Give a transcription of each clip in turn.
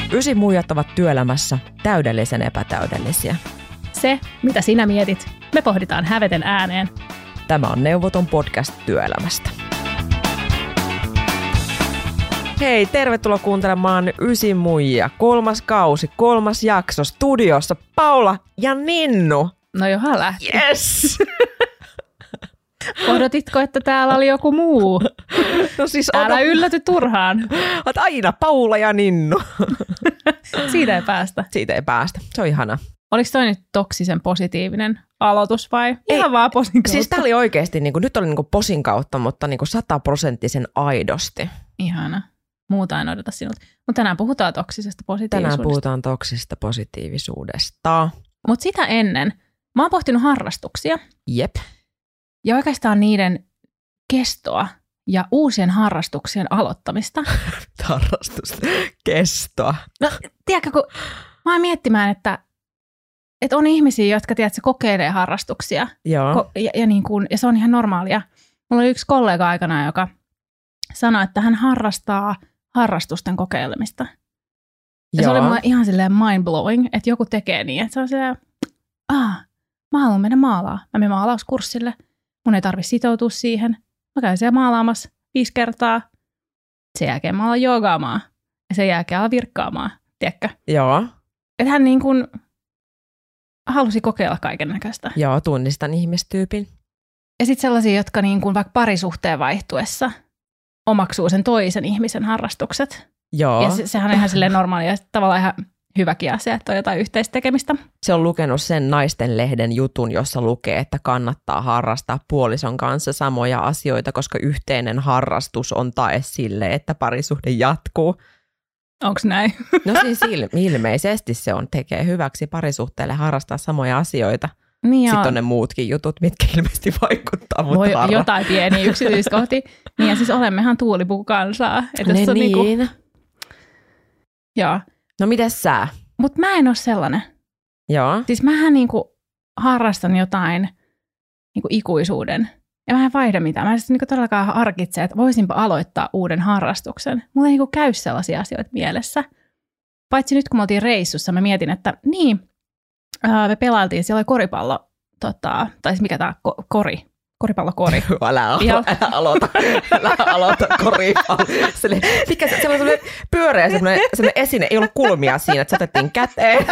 Ysimuijat ovat työelämässä täydellisen epätäydellisiä. Se, mitä sinä mietit, me pohditaan häveten ääneen. Tämä on neuvoton podcast työelämästä. Hei, tervetuloa kuuntelemaan Ysimuijia. 3. kausi, 3. jakso, studiossa Paula ja Ninnu. No johan lähti. Yes! Odotitko, että täällä oli joku muu? No siis Älä ylläty turhaan. Olet aina Paula ja Ninnu. Siitä ei päästä. Siitä ei päästä. Se on ihanaa. Oliko toi nyt toksisen positiivinen aloitus vai ihan vaan posin kautta? Siis tää oli oikeasti, nyt oli posin kautta, mutta 100% aidosti. Ihana. Muuta en odota sinulta. Mutta tänään puhutaan toksisesta positiivisuudesta. Tänään puhutaan toksisesta positiivisuudesta. Mutta sitä ennen, mä oon pohtinut harrastuksia. Jep. Ja oikeastaan niiden kestoa ja uusien harrastuksien aloittamista. Harrastusta. Kestoa. No, tiedätkö, kun mä oon miettimään, että on ihmisiä, jotka kokeilee harrastuksia. Joo. Ja se on ihan normaalia. Mulla oli yksi kollega aikana, joka sanoi, että hän harrastaa harrastusten kokeilemista. Ja se oli mulle ihan silleen mind-blowing, että joku tekee niin. Että se on silleen, mä haluan mennä maalaa. Mä menen maalauskurssille. Mun ei tarvitse sitoutua siihen. Mä käyn siellä maalaamassa 5 kertaa. Sen jälkeen mä alan joogaamaan. Ja sen jälkeen alan virkkaamaan. Tiedätkö? Joo. Että hän niin kuin halusi kokeilla kaiken näköistä. Joo, tunnistan ihmistyypin. Ja sitten sellaisia, jotka niin kuin vaikka parisuhteen vaihtuessa omaksuu sen toisen ihmisen harrastukset. Joo. Ja sehän on ihan silleen normaalia ja tavallaan ihan hyväkin asia, että on jotain yhteistekemistä. Se on lukenut sen Naisten-lehden jutun, jossa lukee, että kannattaa harrastaa puolison kanssa samoja asioita, koska yhteinen harrastus on tae sille, että parisuhde jatkuu. Onko näin? No siis ilmeisesti se tekee hyväksi parisuhteelle harrastaa samoja asioita. Niin sitten on ne muutkin jutut, mitkä ilmeisesti vaikuttaa. Voi jotain pieniä yksityiskohtia. Niin ja siis olemmehan tuulipukukansaa. Niin. Joo. No mites sä? Mut mä en oo sellainen. Joo. Siis mähän harrastan jotain ikuisuuden. Ja mä en vaihda mitään. Mä en siis todellakaan harkitse, että voisinpa aloittaa uuden harrastuksen. Mulla ei käy sellaisia asioita mielessä. Paitsi nyt kun me oltiin reissussa, mä mietin, että me pelailtiin, siellä oli koripallo, tai siis mikä tää koripallokori. Älä aloita koripallo. Se oli semmoinen pyöreä semmoinen esine, ei ollut kulmia siinä, että se otettiin käteen.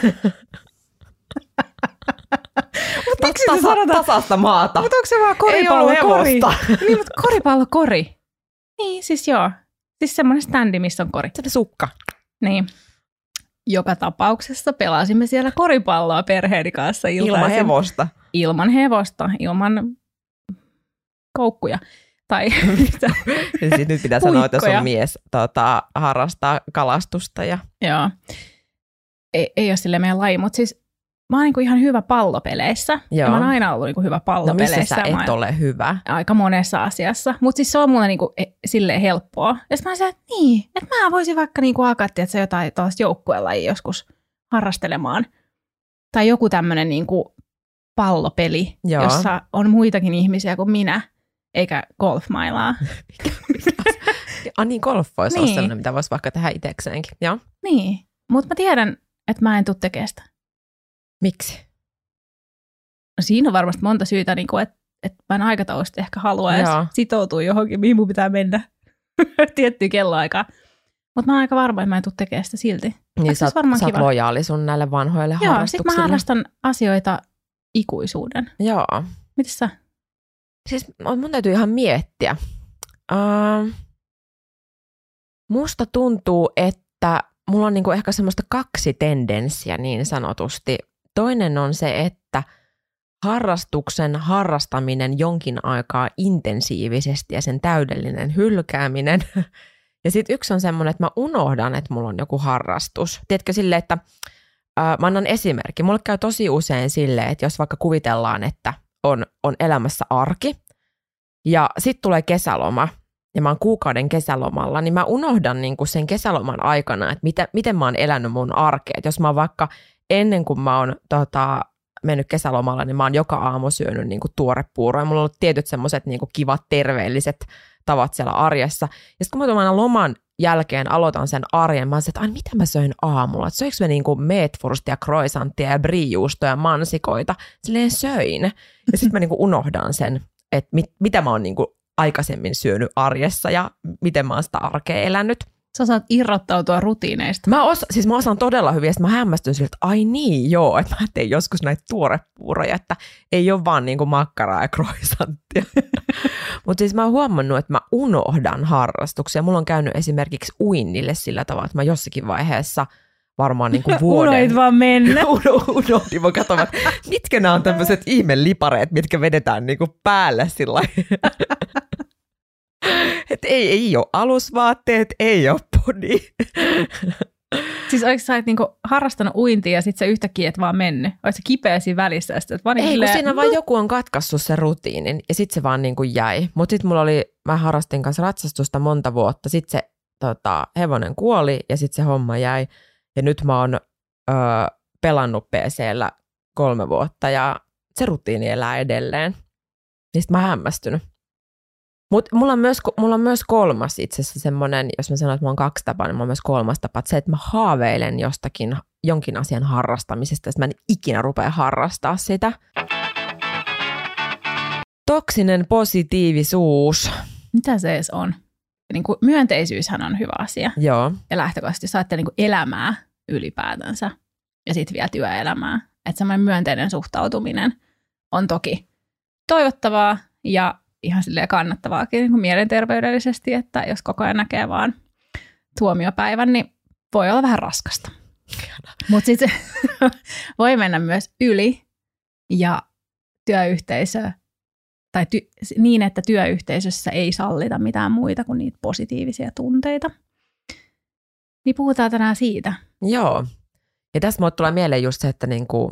Mutta miksi se sanotaan? Tasasta maata. Mutta onko se vaan koripallokori? Niin, mutta koripallokori. Niin, siis joo. Siis semmoinen standi, missä on kori. Se sukka. Niin. Joka tapauksessa pelasimme siellä koripalloa perheeni kanssa iltaisin. Ilman hevosta. Ilman hevosta, ilman koukkuja. Tai siis nyt pitää sanoa, että sun mies harrastaa kalastusta. Joo. Ei ole silleen meidän laji, mutta siis mä oon ihan hyvä pallopeleissä. Ja mä oon aina ollut hyvä pallopeleissä. No missä sä et ole hyvä? Aika monessa asiassa. Mutta siis se on mulle silleen helppoa. Ja sitten mä sanoin, että mä voisin vaikka alkaa, että se jotain tällaista joukkuelajia joskus harrastelemaan. Tai joku tämmöinen pallopeli, jossa on muitakin ihmisiä kuin minä, eikä golfmailaa. Niin, golf voisi olla sellainen, mitä voisi vaikka tehdä itsekseenkin. Joo. Niin, mutta mä tiedän, että mä en tule tekemään sitä. Miksi? No siinä on varmasti monta syytä, että mä en aikataulusta ehkä halua edes sitoutua johonkin, mihin mun pitää mennä tiettyyn kelloaikaan. Mutta mä oon aika varma, että mä en tule tekemään sitä silti. Niin sä oot lojaali sun näille vanhoille harrastuksille. Joo, sit mä harrastan asioita ikuisuuden. Joo. Mites sä? Siis mun täytyy ihan miettiä. Musta tuntuu, että mulla on ehkä semmoista 2 tendenssiä niin sanotusti. Toinen on se, että harrastuksen harrastaminen jonkin aikaa intensiivisesti ja sen täydellinen hylkääminen. Ja sitten yksi on semmoinen, että mä unohdan, että mulla on joku harrastus. Tiedätkö silleen, että mä annan esimerkki. Mulle käy tosi usein silleen, että jos vaikka kuvitellaan, että on elämässä arki ja sitten tulee kesäloma ja mä oon kuukauden kesälomalla, niin mä unohdan sen kesäloman aikana, että miten mä oon elänyt mun arkea. Et jos mä oon vaikka ennen kuin mä oon mennyt kesälomalla, niin mä oon joka aamu syönyt tuorepuuroa. Mulla on ollut tietyt semmoiset kivat terveelliset tavat siellä arjessa. Ja sitten kun mä tuon loman jälkeen aloitan sen arjen, mä oon että mitä mä söin aamulla? Että söikö mä niinku meetwurstia, croissanttia ja brie-juustoja ja mansikoita? Silleen söin. Ja sitten mä niinku unohdan sen, että mitä mä oon niinku aikaisemmin syönyt arjessa ja miten mä oon sitä arkea elänyt. Sä osaat irrottautua rutiineista. Mä osaan todella hyvin, ja mä hämmästyn siltä, että ai niin, joo, että mä tein joskus näitä tuorepuuroja, että ei ole vaan niinku makkaraa ja croissanttia. Mutta siis mä oon huomannut, että mä unohdan harrastuksia. Mulla on käynyt esimerkiksi uinnille sillä tavalla, että mä jossakin vaiheessa varmaan niinku vuoden... Unoit vaan mennä. Unohdin, mä katson, että mitkä nämä on tämmöiset ihmelipareet, mitkä vedetään niinku päälle sillä että ei ole alusvaatteet, ei ole podi. Siis oliko sä niinku harrastanut uintia ja sit sä yhtäkkiä et vaan mennyt? Oliko sä kipeä siinä välissä? Ei, kun siinä vaan joku on katkaissut sen rutiinin ja sit se vaan niinku jäi. Mutta sit mä harrastin kanssa ratsastusta monta vuotta. Sit se hevonen kuoli ja sit se homma jäi. Ja nyt mä oon pelannut PC:llä 3 vuotta ja se rutiini elää edelleen. Niin sit mä oon hämmästynyt. Mutta mulla on myös kolmas itse asiassa semmoinen, jos mä sanon, että mulla on 2 tapaa, niin mulla on myös kolmas tapa, että se, että mä haaveilen jonkin asian harrastamisesta, että mä en ikinä rupea harrastaa sitä. Toksinen positiivisuus. Mitä se edes on? Niin kuin myönteisyyshän on hyvä asia. Joo. Ja lähtökohtaisesti saatte niin kuin elämää ylipäätänsä ja sitten vielä työelämää. Että semmoinen myönteinen suhtautuminen on toki toivottavaa ja ihan silleen kannattavaakin niin kuin mielenterveydellisesti, että jos koko ajan näkee vaan tuomiopäivän, niin voi olla vähän raskasta. Mutta sitten se voi mennä myös yli ja työyhteisö, tai niin, että työyhteisössä ei sallita mitään muita kuin niitä positiivisia tunteita. Niin puhutaan tänään siitä. Joo. Ja tässä mulle tulee mieleen just se, että niin kuin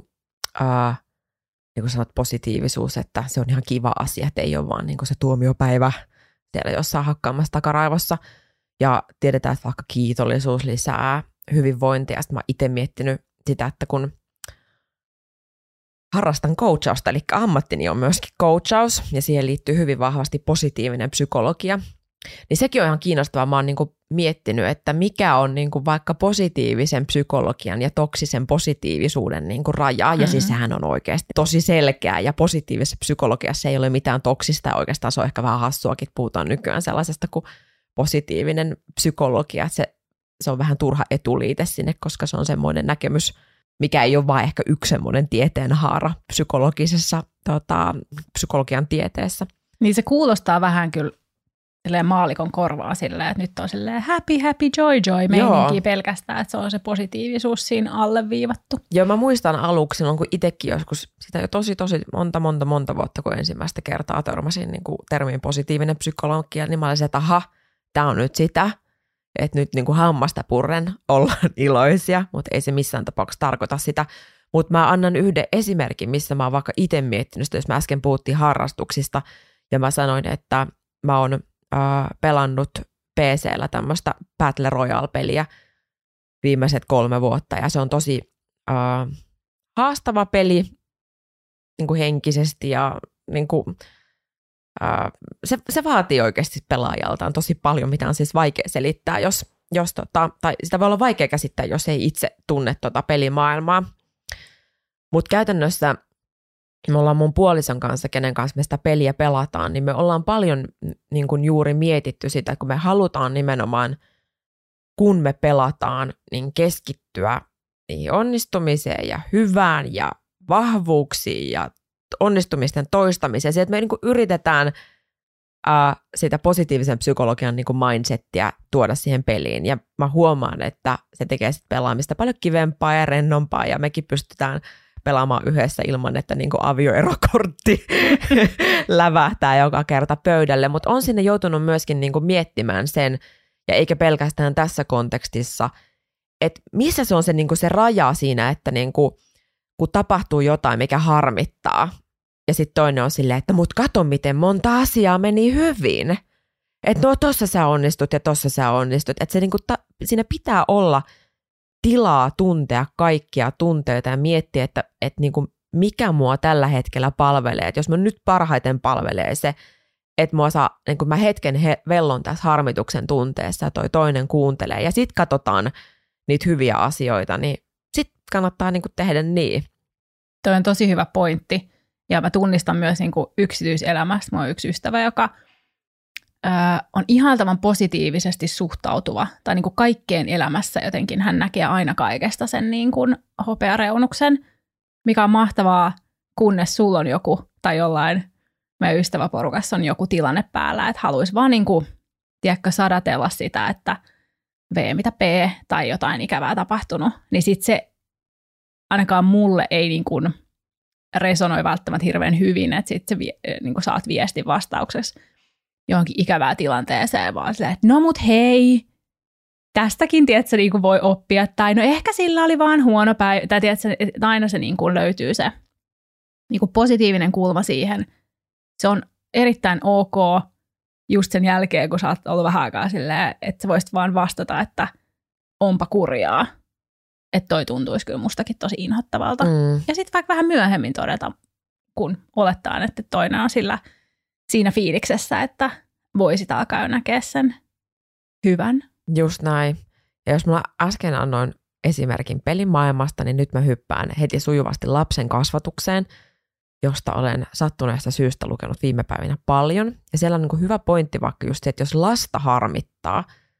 sanot positiivisuus, että se on ihan kiva asia, että ei ole vaan niin kuin se tuomiopäivä siellä jossain hakkaamassa takaraivossa. Ja tiedetään, että vaikka kiitollisuus lisää hyvinvointia. Sitten mä oon itse miettinyt sitä, että kun harrastan coachausta, eli ammattini on myöskin coachaus, ja siihen liittyy hyvin vahvasti positiivinen psykologia. Niin sekin on ihan kiinnostavaa. Mä oon niin kuin miettinyt, että mikä on niin kuin vaikka positiivisen psykologian ja toksisen positiivisuuden niin kuin raja. Ja siis sehän on oikeasti tosi selkeä. Ja positiivisessa psykologiassa ei ole mitään toksista. Oikeastaan se on ehkä vähän hassuakin, että puhutaan nykyään sellaisesta kuin positiivinen psykologia. Että se on vähän turha etuliite sinne, koska se on semmoinen näkemys, mikä ei ole vaan ehkä yksi semmoinen tieteenhaara psykologisessa psykologian tieteessä. Niin se kuulostaa vähän kyllä maalikon korvaa silleen, että nyt on silleen happy, joy meininki pelkästään, että se on se positiivisuus siinä alleviivattu. Joo, mä muistan aluksi, kun itsekin joskus, sitä jo tosi monta vuotta, kun ensimmäistä kertaa törmäsin niin kuin termiin positiivinen psykologia, niin mä olisin, että aha, tää on nyt sitä, että nyt niin kuin hammasta purren ollaan iloisia, mutta ei se missään tapauksessa tarkoita sitä. Mutta mä annan yhden esimerkin, missä mä oon vaikka itse miettinyt sitä, jos mä äsken puhuttiin harrastuksista, ja mä sanoin, että mä oon pelannut PC:llä tämmöistä Battle Royale-peliä viimeiset 3 vuotta, ja se on tosi haastava peli niin kuin henkisesti, ja niin kuin, se vaatii oikeasti pelaajaltaan tosi paljon, mitä on siis vaikea selittää, tai sitä voi olla vaikea käsittää, jos ei itse tunne pelimaailmaa. Mutta käytännössä me ollaan mun puolison kanssa, kenen kanssa me sitä peliä pelataan, niin me ollaan paljon niin kuin juuri mietitty sitä, että kun me halutaan nimenomaan, kun me pelataan, niin keskittyä niihin onnistumiseen ja hyvään ja vahvuuksiin ja onnistumisten toistamiseen. Se, että me niin kuin yritetään sitä positiivisen psykologian niin kuin mindsettiä tuoda siihen peliin. Ja mä huomaan, että se tekee sit pelaamista paljon kivempaa ja rennompaa, ja mekin pystytään pelaamaan yhdessä ilman, että niin kuin avioerokortti lävähtää joka kerta pöydälle. Mutta on sinne joutunut myöskin niin kuin miettimään sen, ja eikä pelkästään tässä kontekstissa, että missä se on se, niin kuin se raja siinä, että niin kuin, kun tapahtuu jotain, mikä harmittaa, ja sitten toinen on silleen, että mut kato, miten monta asiaa meni hyvin. Että no tossa sä onnistut ja tossa sä onnistut. Että se niinku siinä pitää olla tilaa tuntea kaikkia tunteita ja miettiä, että niinku mikä mua tällä hetkellä palvelee. Että jos mä nyt parhaiten palvelee se, että niin kun mä hetken vellon tässä harmituksen tunteessa ja toi toinen kuuntelee ja sit katsotaan niitä hyviä asioita, niin sit kannattaa niin kun tehdä niin. Toi on tosi hyvä pointti ja mä tunnistan myös niin kun yksityiselämästä. Mulla on yksi ystävä, joka on ihailtavan positiivisesti suhtautuva tai niin kuin kaikkeen elämässä jotenkin hän näkee aina kaikesta sen niin kuin hopeareunuksen, mikä on mahtavaa, kunnes sulla on joku tai jollain meidän ystäväporukassa on joku tilanne päällä, että haluaisi vaan niin kuin, tiedätkö, sadatella sitä, että V mitä P tai jotain ikävää tapahtunut, niin sitten se ainakaan mulle ei niin kuin resonoi välttämättä hirveän hyvin, että sitten se niin kuin saat viestin vastauksessa johonkin ikävää tilanteeseen, vaan silleen, että no mut hei, tästäkin tiedätkö, niin kuin voi oppia, tai no ehkä sillä oli vaan huono päivä, tai tiedätkö, että aina se niin kuin löytyy se niin kuin positiivinen kulma siihen. Se on erittäin ok just sen jälkeen, kun sä oot ollut vähän aikaa silleen, että sä voisit vaan vastata, että onpa kurjaa, että toi tuntuisi kyllä mustakin tosi inhottavalta. Ja sitten vaikka vähän myöhemmin todeta, kun olettaa, että toinen on siinä fiiliksessä, että voisit alkaa näkeä sen hyvän. Just näin. Ja jos mä äsken annoin esimerkin pelimaailmasta, niin nyt mä hyppään heti sujuvasti lapsen kasvatukseen, josta olen sattuneesta syystä lukenut viime päivinä paljon. Ja siellä on niin kuin hyvä pointti vaikka just se, että jos lasta harmittaa,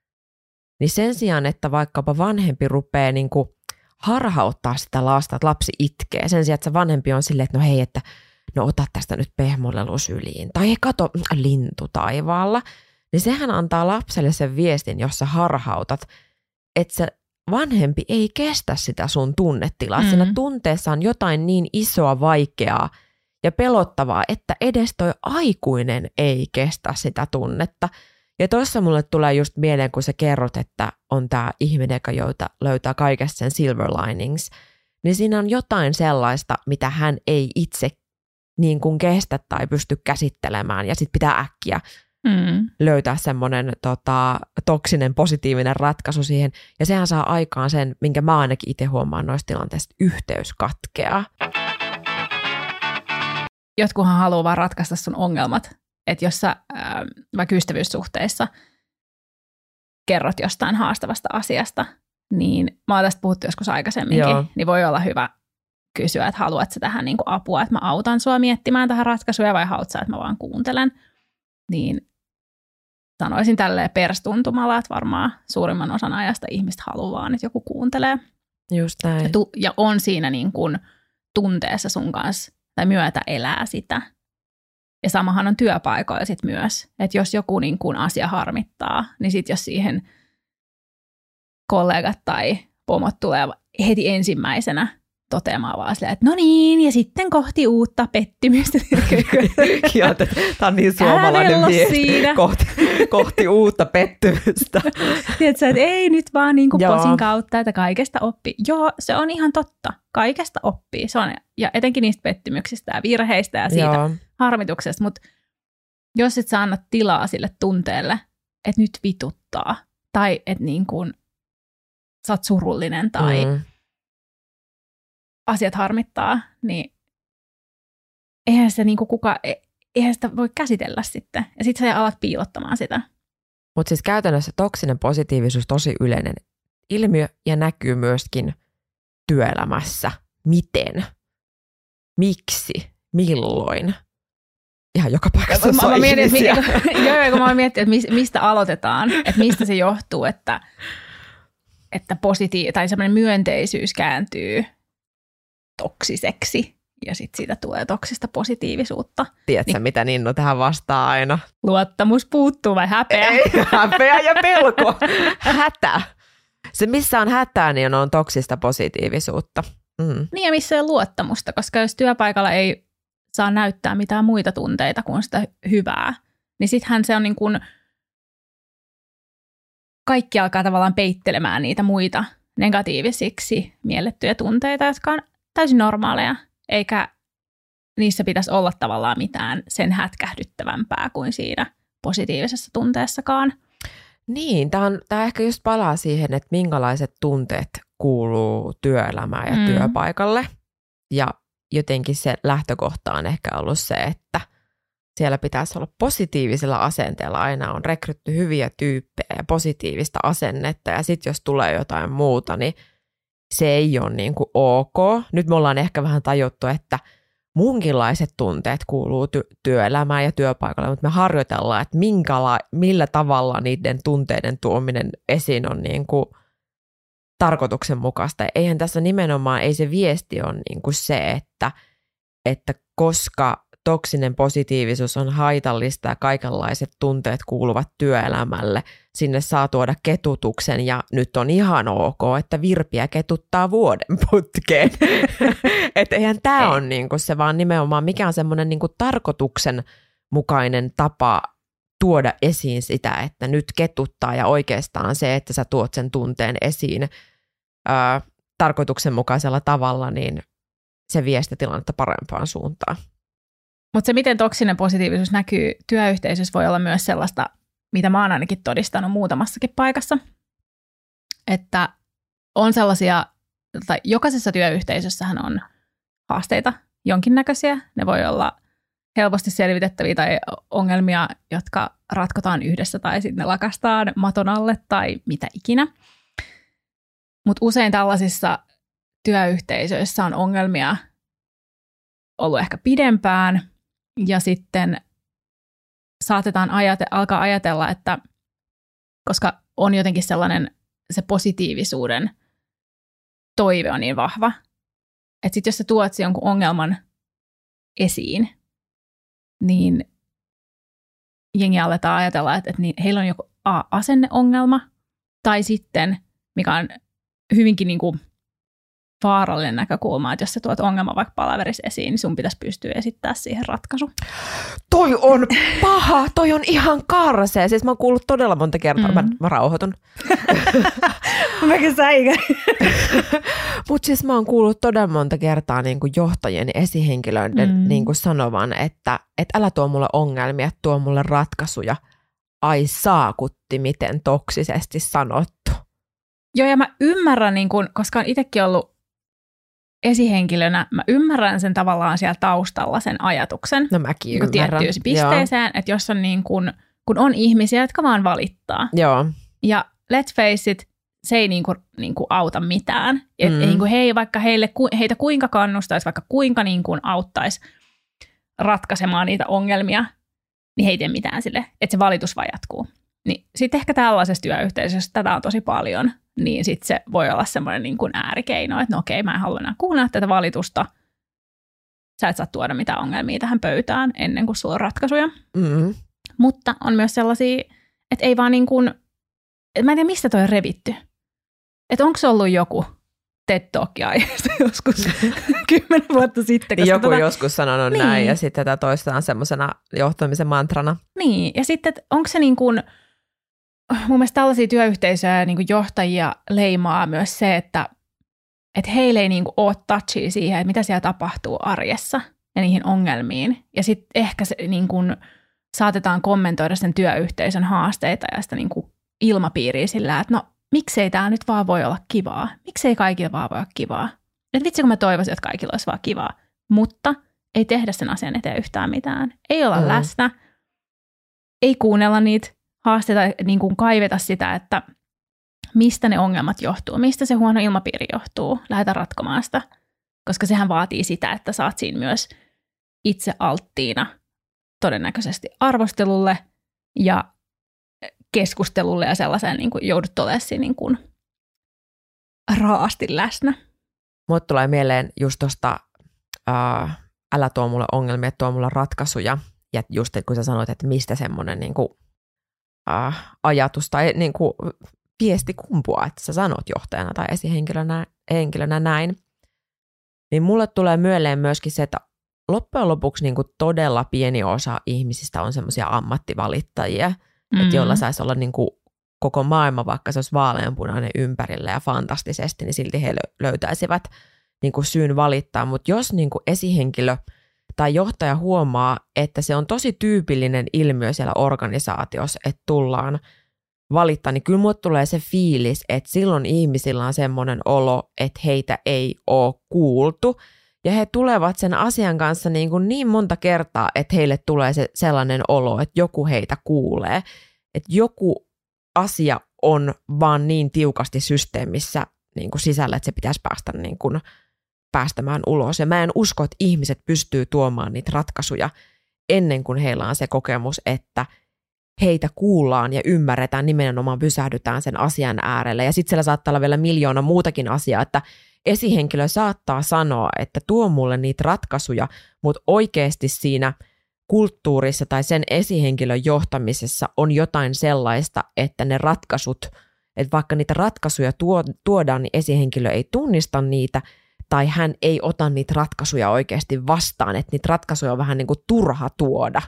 niin sen sijaan, että vaikkapa vanhempi rupeaa niin kuin harhauttaa sitä lasta, että lapsi itkee, sen sijaan, että se vanhempi on silleen, että no hei, että no ota tästä nyt pehmolelu syliin, tai hei kato lintu taivaalla, niin sehän antaa lapselle sen viestin, jos sä harhautat, että se vanhempi ei kestä sitä sun tunnetilaa. Siinä tunteessa on jotain niin isoa, vaikeaa ja pelottavaa, että edes toi aikuinen ei kestä sitä tunnetta. Ja tuossa mulle tulee just mieleen, kun sä kerrot, että on tää ihminen, joka löytää kaikesta sen silver linings, niin siinä on jotain sellaista, mitä hän ei itse niin kuin kestä tai pysty käsittelemään, ja sitten pitää äkkiä löytää semmoinen toksinen, positiivinen ratkaisu siihen, ja sehän saa aikaan sen, minkä mä ainakin itse huomaan noissa tilanteissa, yhteys katkeaa. Jotkuhan haluaa vaan ratkaista sun ongelmat, että jos sä vaikka ystävyyssuhteissa kerrot jostain haastavasta asiasta, niin mä oon tästä puhuttu joskus aikaisemminkin, niin voi olla hyvä kysyä, että haluatko sä tähän niin kuin apua, että mä autan sua miettimään tähän ratkaisuja vai haluat sä, että mä vaan kuuntelen. Niin sanoisin tälleen perstuntumalla, että varmaan suurimman osan ajasta ihmistä haluaa vaan, että joku kuuntelee. Just näin. Ja on siinä niin kuin tunteessa sun kanssa tai myötä elää sitä. Ja samahan on työpaikoilla sit myös, että jos joku niin kuin asia harmittaa, niin sitten jos siihen kollegat tai pomot tulee heti ensimmäisenä toteamaan vaan silleen, että no niin, ja sitten kohti uutta pettymystä. Tämä on niin suomalainen viesti, kohti uutta pettymystä. Tiedätkö, että ei nyt vaan niin kuin posin kautta, että kaikesta oppii. Joo, se on ihan totta. Kaikesta oppii. Se on, ja etenkin niistä pettymyksistä ja virheistä ja siitä harmituksesta. Mutta jos et sä annat tilaa sille tunteelle, että nyt vituttaa, tai että niin kuin sä oot surullinen tai asiat harmittaa, niin eihän sitä voi käsitellä sitten. Ja sitten sä alat piilottamaan sitä. Mutta siis käytännössä toksinen positiivisuus tosi yleinen ilmiö ja näkyy myöskin työelämässä. Miten? Miksi? Milloin? Ihan joka paikassa on ihmisiä. Kun mä mietin, että mistä aloitetaan, että mistä se johtuu, että tai semmoinen myönteisyys kääntyy toksiseksi ja sitten siitä tulee toksista positiivisuutta. Tiedätkö, mitä Ninnu tähän vastaa aina? Luottamus puuttuu vai häpeä? Ei, häpeä ja pelko. Hätä. Se, missä on hätää, niin on toksista positiivisuutta. Niin ja missä ei ole luottamusta, koska jos työpaikalla ei saa näyttää mitään muita tunteita kuin sitä hyvää, niin sittenhän se on niin kuin kaikki alkaa tavallaan peittelemään niitä muita negatiivisiksi miellettyjä tunteita, jotka on täysin normaaleja, eikä niissä pitäisi olla tavallaan mitään sen hätkähdyttävämpää kuin siinä positiivisessa tunteessakaan. Niin, tämä ehkä just palaa siihen, että minkälaiset tunteet kuuluu työelämään ja työpaikalle. Ja jotenkin se lähtökohta on ehkä ollut se, että siellä pitäisi olla positiivisella asenteella. Aina on rekrytty hyviä tyyppejä ja positiivista asennetta. Ja sitten jos tulee jotain muuta, niin se ei ole niin kuin ok. Nyt me ollaan ehkä vähän tajuttu, että muunkinlaiset tunteet kuuluu työelämään ja työpaikalle, mutta me harjoitellaan, että millä tavalla niiden tunteiden tuominen esiin on niin kuin tarkoituksenmukaista. Eihän tässä nimenomaan, ei se viesti ole niin kuin se, että koska toksinen positiivisuus on haitallista ja kaikenlaiset tunteet kuuluvat työelämälle, sinne saa tuoda ketutuksen ja nyt on ihan ok, että Virpiä ketuttaa vuoden putkeen. Että eihän tämä ole niinku se, vaan nimenomaan mikä on semmoinen niinku tarkoituksenmukainen tapa tuoda esiin sitä, että nyt ketuttaa ja oikeastaan se, että sä tuot sen tunteen esiin tarkoituksenmukaisella tavalla, niin se vie sitä tilannetta parempaan suuntaan. Mutta se, miten toksinen positiivisuus näkyy työyhteisössä, voi olla myös sellaista, mitä mä oon ainakin todistanut muutamassakin paikassa, että on sellaisia, tai jokaisessa työyhteisössähän on haasteita jonkinnäköisiä. Ne voi olla helposti selvitettäviä tai ongelmia, jotka ratkotaan yhdessä tai sitten ne lakastaan maton alle tai mitä ikinä. Mutta usein tällaisissa työyhteisöissä on ongelmia ollut ehkä pidempään ja sitten saatetaan alkaa ajatella, että koska on jotenkin sellainen se positiivisuuden toive on niin vahva, että sitten jos sä tuot jonkun ongelman esiin, niin jengi aletaan ajatella, että heillä on joku asenneongelma tai sitten, mikä on hyvinkin niin kuin vaarallinen näkökulma, että jos sä tuot ongelma vaikka palaverissa esiin, niin sun pitäisi pystyä esittämään siihen ratkaisu. Toi on paha, toi on ihan karsea. Siis mä oon kuullut todella monta kertaa, mä rauhoitun. Mäkin säikä. Mutta siis mä oon kuullut todella monta kertaa niin kuin johtajien esihenkilöiden niin kuin sanovan, että älä tuo mulle ongelmia, tuo mulle ratkaisuja. Ai saakutti, miten toksisesti sanottu. Joo, ja mä ymmärrän, niin kun, koska on itsekin ollut esihenkilönä, mä ymmärrän sen tavallaan siellä taustalla sen ajatuksen. No mäkin niin ymmärrän. Tiettyyn pisteeseen, että jos on niin kun on ihmisiä, jotka vaan valittaa. Joo. Ja let's face it, se ei niin kuin auta mitään. Niin kuin vaikka heitä kuinka kannustaisi, vaikka kuinka niin kuin auttaisi ratkaisemaan niitä ongelmia, niin heitä ei mitään sille, että se valitus vaan jatkuu. Niin sitten ehkä tällaisessa työyhteisössä, tätä on tosi paljon, niin sitten se voi olla semmoinen niin kuin äärikeino, että no okei, mä en halua enää kuunnella tätä valitusta. Sä et saa tuoda mitään ongelmia tähän pöytään ennen kuin sulla on ratkaisuja. Mm-hmm. Mutta on myös sellaisia, että ei vaan niin kuin, mä en tiedä mistä toi on revitty. Että onko se ollut joku TED-talk-aiheesta joskus 10 vuotta sitten. Joku joskus sanonut niin. Näin ja sitten tätä toistetaan semmoisena johtamisen mantrana. Niin ja sitten onko se niin kuin, mun mielestä tällaisia työyhteisöjä niin kuin johtajia leimaa myös se, että heille ei niin kuin ole touchia siihen, että mitä siellä tapahtuu arjessa ja niihin ongelmiin. Ja sitten ehkä se, niin kuin, saatetaan kommentoida sen työyhteisön haasteita ja sitä niin kuin ilmapiiriä sillä, että no miksei tämä nyt vaan voi olla kivaa? Miksei kaikilla vaan voi olla kivaa? Et vitsi kun mä toivoisin, että kaikilla olisi vaan kivaa. Mutta ei tehdä sen asian eteen yhtään mitään. Ei olla läsnä. Ei kuunnella niitä haasteita, niin kuin kaiveta sitä, että mistä ne ongelmat johtuu. Mistä se huono ilmapiiri johtuu. Lähdetä ratkomaan sitä. Koska sehän vaatii sitä, että saat siinä myös itse alttiina todennäköisesti arvostelulle ja keskustelulle ja sellaiseen niin kuin joudut olemaan siinä niin kuin raasti läsnä. Mulle tulee mieleen just tuosta, älä tuo mulle ongelmia, tuo mulle ratkaisuja. Ja just kun sä sanoit, että mistä semmoinen niin kuin, ajatus tai niin kuin viesti kumpuaa, että sä sanot johtajana tai esihenkilönä näin. Niin mulle tulee mieleen myöskin se, että loppujen lopuksi niin kuin todella pieni osa ihmisistä on semmoisia ammattivalittajia, että joilla saisi olla niin kuin koko maailma, vaikka se olisi vaaleanpunainen ympärillä ja fantastisesti, niin silti he löytäisivät niin kuin syyn valittaa. Mutta jos niin kuin esihenkilö tai johtaja huomaa, että se on tosi tyypillinen ilmiö siellä organisaatiossa, että tullaan valittaa, niin kyllä mulle tulee se fiilis, että silloin ihmisillä on semmoinen olo, että heitä ei ole kuultu. Ja he tulevat sen asian kanssa niin monta kertaa, että heille tulee se sellainen olo, että joku heitä kuulee. Että joku asia on vaan niin tiukasti systeemissä niin kuin sisällä, että se pitäisi päästä niin kuin päästämään ulos. Ja mä en usko, että ihmiset pystyy tuomaan niitä ratkaisuja ennen kuin heillä on se kokemus, että heitä kuullaan ja ymmärretään, nimenomaan pysähdytään sen asian äärelle. Ja sitten siellä saattaa olla vielä miljoona muutakin asiaa, että esihenkilö saattaa sanoa, että tuo mulle niitä ratkaisuja, mutta oikeasti siinä kulttuurissa tai sen esihenkilön johtamisessa on jotain sellaista, että ne ratkaisut, että vaikka niitä ratkaisuja tuodaan, niin esihenkilö ei tunnista niitä, tai hän ei ota niitä ratkaisuja oikeasti vastaan, että niitä ratkaisuja on vähän niin kuin turha tuoda.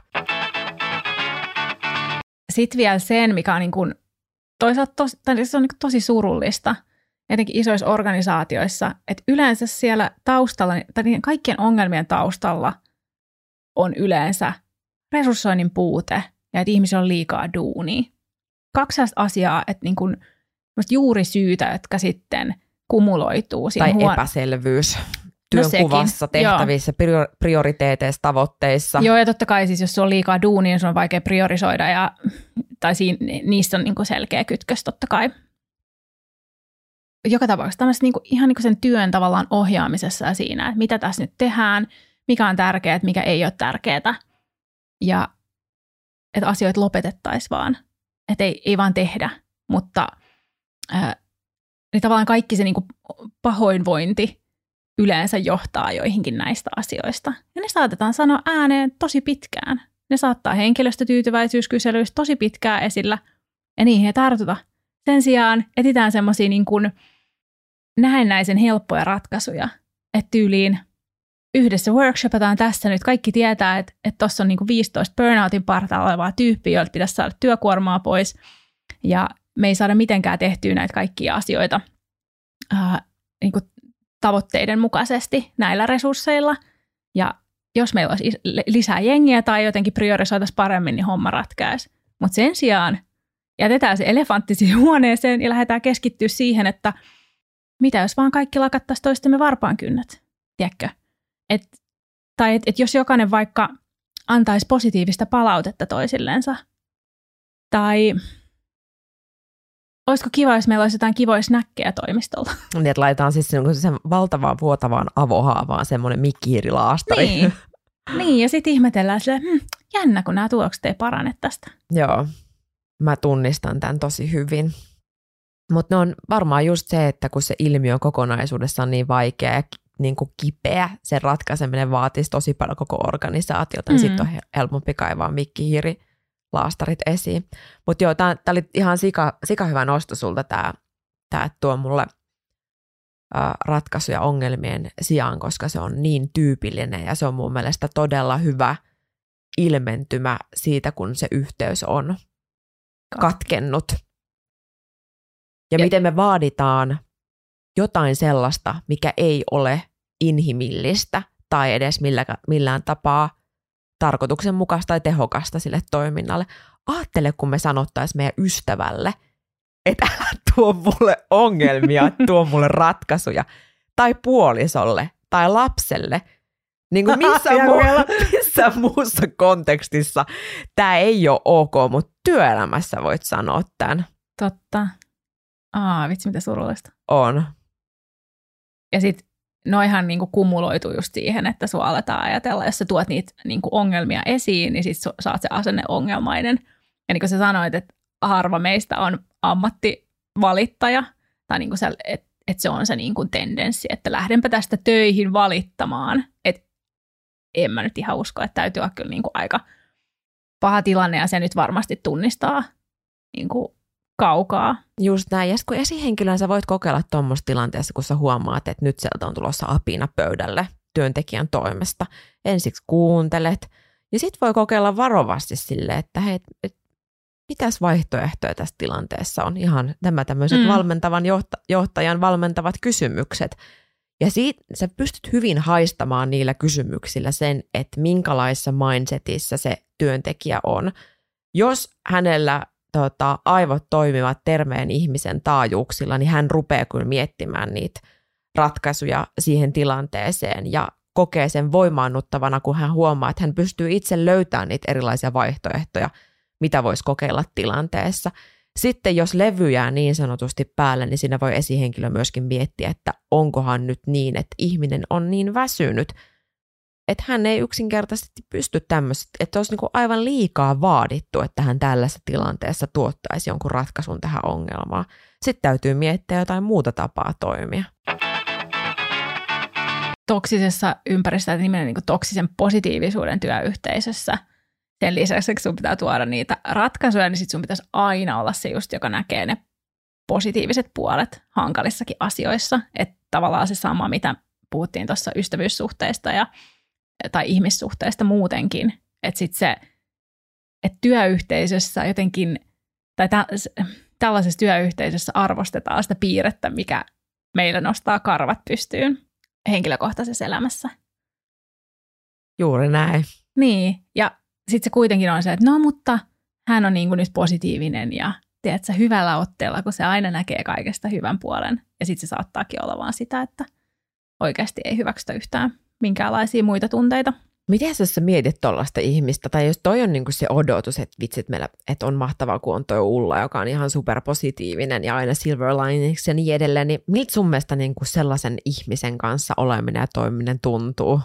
Sitten vielä sen, mikä on niin kuin, toisaalta se on niin kuin tosi surullista, etenkin isoissa organisaatioissa, että yleensä siellä taustalla, tai niiden kaikkien ongelmien taustalla on yleensä resurssoinnin puute ja että ihmisillä on liikaa duunia. 2 asiaa, että niin kuin juurisyytä, jotka sitten kumuloituu. Tai epäselvyys työnkuvassa, tehtävissä, prioriteeteissa, tavoitteissa. Joo, ja totta kai siis, jos on liikaa duunia, niin se on vaikea priorisoida, tai niissä on niin kuin selkeä kytkös totta kai. Joka tapauksessa tämmöistä niin kuin, ihan niin kuin sen työn tavallaan ohjaamisessa ja siinä, että mitä tässä nyt tehdään, mikä on tärkeää, mikä ei ole tärkeää, ja että asioita lopetettaisiin vaan, että ei vaan tehdä, mutta niin tavallaan kaikki se niin kuin pahoinvointi yleensä johtaa joihinkin näistä asioista. Ja ne saatetaan sanoa ääneen tosi pitkään. Ne saattaa henkilöstötyytyväisyyskyselyistä tosi pitkään esillä, ja niihin ei tartuta. Sen sijaan etsitään semmoisia niin kuin näennäisen helppoja ratkaisuja, että tyyliin yhdessä workshopataan tässä nyt. Kaikki tietää, että tuossa on niin kuin 15 burnoutin partaalla olevaa tyyppiä, joilta pitäisi saada työkuormaa pois, ja me ei saada mitenkään tehtyä näitä kaikkia asioita niin kuin tavoitteiden mukaisesti näillä resursseilla. Ja jos meillä olisi lisää jengiä tai jotenkin priorisoitaisiin paremmin, niin homma ratkaisi. Mutta sen sijaan jätetään se elefantti siihen huoneeseen ja lähdetään keskittyä siihen, että mitä jos vaan kaikki lakattaisiin toistemme varpaankynnät, tiedätkö? Tai jos jokainen vaikka antaisi positiivista palautetta toisillensa. Tai olisiko kiva, jos meillä olisi jotain kivoja snäkkejä toimistolla? Niin, että laitetaan siis sen valtavaan vuotavaan avohaavaan semmoinen mikkihiirilaastari. Niin, ja sitten ihmetellään silleen, jännä, kun nämä tulokset ei parane tästä. Joo, mä tunnistan tämän tosi hyvin. Mutta ne on varmaan just se, että kun se ilmiö on kokonaisuudessaan niin vaikea ja niin kuin kipeä, sen ratkaiseminen vaatisi tosi paljon koko organisaatiota, niin sitten on helpompi kaivaa mikkihiirilaastarit esiin. Mutta joo, tämä oli ihan sika hyvä nosto sulta tämä että tuo mulle ratkaisuja ongelmien sijaan, koska se on niin tyypillinen ja se on mun mielestä todella hyvä ilmentymä siitä, kun se yhteys on katkennut. Ja miten me vaaditaan jotain sellaista, mikä ei ole inhimillistä tai edes millään tapaa tarkoituksenmukaista tai tehokasta sille toiminnalle. Ajattele, kun me sanottaisiin meidän ystävälle, että älä tuo mulle ongelmia, tuo mulle ratkaisuja. Tai puolisolle tai lapselle. Niin kuin missä muussa kontekstissa tämä ei ole ok, mutta työelämässä voit sanoa tämän. Totta. Vitsi, mitä surullista. On. Ja sitten noihan niinku kumuloituu just siihen, että sua aletaan ajatella, jos sä tuot niitä niinku ongelmia esiin, niin sit sä oot se asenneongelmainen. Ja niin kuin sä sanoit, että harva meistä on ammattivalittaja, tai niinku että se on se niinku tendenssi, että lähdenpä tästä töihin valittamaan. Että en mä nyt ihan usko, että täytyy olla kyllä niinku aika paha tilanne, ja se nyt varmasti tunnistaa niinku kaukaa. Just näin. Ja kun esihenkilön sä voit kokeilla tuommoisessa tilanteessa, kun sä huomaat, että nyt sieltä on tulossa apina pöydälle työntekijän toimesta. Ensiksi kuuntelet ja sitten voi kokeilla varovasti silleen, että hei, mitäs vaihtoehtoja tässä tilanteessa on. Ihan tämmöiset valmentavan johtajan valmentavat kysymykset. Ja siitä sä pystyt hyvin haistamaan niillä kysymyksillä sen, että minkälaisessa mindsetissä se työntekijä on. Jos hänellä aivot toimivat terveen ihmisen taajuuksilla, niin hän rupeaa kyllä miettimään niitä ratkaisuja siihen tilanteeseen ja kokee sen voimaannuttavana, kun hän huomaa, että hän pystyy itse löytämään niitä erilaisia vaihtoehtoja, mitä voisi kokeilla tilanteessa. Sitten jos levy jää niin sanotusti päälle, niin siinä voi esihenkilö myöskin miettiä, että onkohan nyt niin, että ihminen on niin väsynyt, että hän ei yksinkertaisesti pysty tämmöistä, että olisi niin kuin aivan liikaa vaadittu, että hän tällaisessa tilanteessa tuottaisi jonkun ratkaisun tähän ongelmaan. Sitten täytyy miettiä jotain muuta tapaa toimia. Toksisessa ympäristössä, nimenomaan niin kuin toksisen positiivisuuden työyhteisössä, sen lisäksi, kun sun pitää tuoda niitä ratkaisuja, niin sit sun pitäisi aina olla se just, joka näkee ne positiiviset puolet hankalissakin asioissa. Että tavallaan se sama, mitä puhuttiin tuossa ystävyyssuhteista tai ihmissuhteista muutenkin. Että sitten se, että työyhteisössä jotenkin, tai tällaisessa työyhteisössä arvostetaan sitä piirrettä, mikä meillä nostaa karvat pystyyn henkilökohtaisessa elämässä. Juuri näin. Niin, ja sitten se kuitenkin on se, että no mutta hän on niin kuin nyt positiivinen ja tiedätkö, hyvällä otteella, kun se aina näkee kaikesta hyvän puolen. Ja sitten se saattaakin olla vaan sitä, että oikeasti ei hyväksytä yhtään minkäänlaisia muita tunteita. Miten sä mietit tuollaista ihmistä, tai jos toi on niinku se odotus, että vitsit meillä, että on mahtavaa, kun on toi Ulla, joka on ihan superpositiivinen ja aina silver linings ja niin edelleen, niin miltä sun mielestä niinku sellaisen ihmisen kanssa oleminen ja toimiminen tuntuu?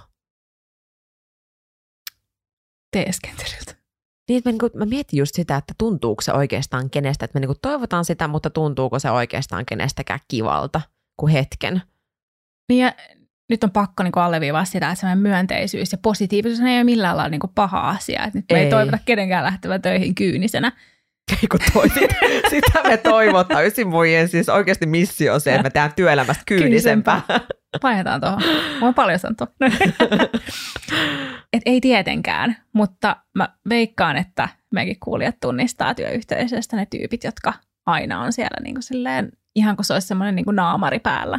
Teeskentelyltä. Niin, mä mietin just sitä, että tuntuuko se oikeastaan kenestä, että me niinku toivotaan sitä, mutta tuntuuko se oikeastaan kenestäkään kivalta kuin hetken. Niin ja nyt on pakko niinku alleviivaa sitä, että semmoinen myönteisyys ja positiivisuus ei ole millään lailla niinku paha asia. Että nyt me ei toivota kenenkään lähtevän töihin kyynisenä. Ei kun sitä me toivotaan. Ysimuijien siis oikeasti missio on se, että me tehdään työelämästä kyynisempää. Vaihdetaan tuohon. Mä oon paljon sanottu. Et ei tietenkään, mutta mä veikkaan, että mekin kuulijat tunnistaa työyhteisöstä ne tyypit, jotka aina on siellä niinku silleen, ihan kuin se olisi semmoinen niinku naamari päällä.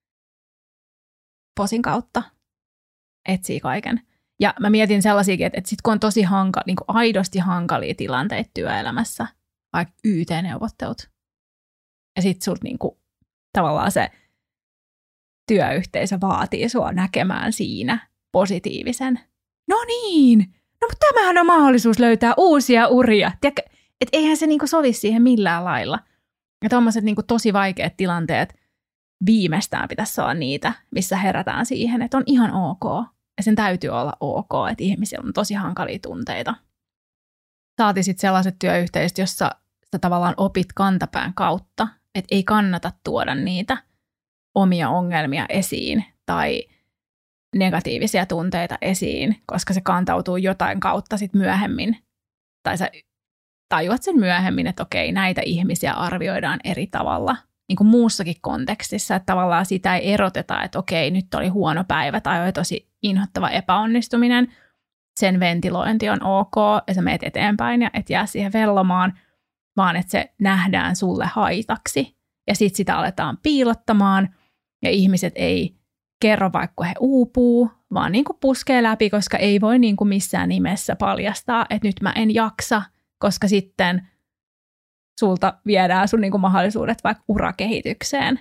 Posin kautta etsii kaiken. Ja mä mietin sellaisiakin, että sit kun on tosi niinku aidosti hankalia tilanteita työelämässä, vaikka YT-neuvottelut, ja sit sulta niinku tavallaan se työyhteisö vaatii sua näkemään siinä positiivisen. No niin, no mutta tämähän on mahdollisuus löytää uusia uria. Tiedätkö, et eihän se niinku sovi siihen millään lailla. Ja tommoset niinku tosi vaikeat tilanteet viimeistään pitäisi olla niitä, missä herätään siihen, että on ihan ok. Ja sen täytyy olla ok, että ihmisillä on tosi hankalia tunteita. Saati sitten sellaiset työyhteisöt, jossa sä tavallaan opit kantapään kautta, että ei kannata tuoda niitä omia ongelmia esiin tai negatiivisia tunteita esiin, koska se kantautuu jotain kautta sitten myöhemmin. Tai sä tajuat sen myöhemmin, että okei, näitä ihmisiä arvioidaan eri tavalla, niin kuin muussakin kontekstissa, että tavallaan sitä ei eroteta, että okei, nyt oli huono päivä tai oli tosi inhottava epäonnistuminen, sen ventilointi on ok ja sä meet eteenpäin ja et jää siihen vellomaan, vaan että se nähdään sulle haitaksi ja sitten sitä aletaan piilottamaan ja ihmiset ei kerro vaikka he uupuu, vaan niin kuin puskee läpi, koska ei voi niin kuin missään nimessä paljastaa, että nyt mä en jaksa, koska sitten sulta viedään sun niin kuin mahdollisuudet vaikka urakehitykseen.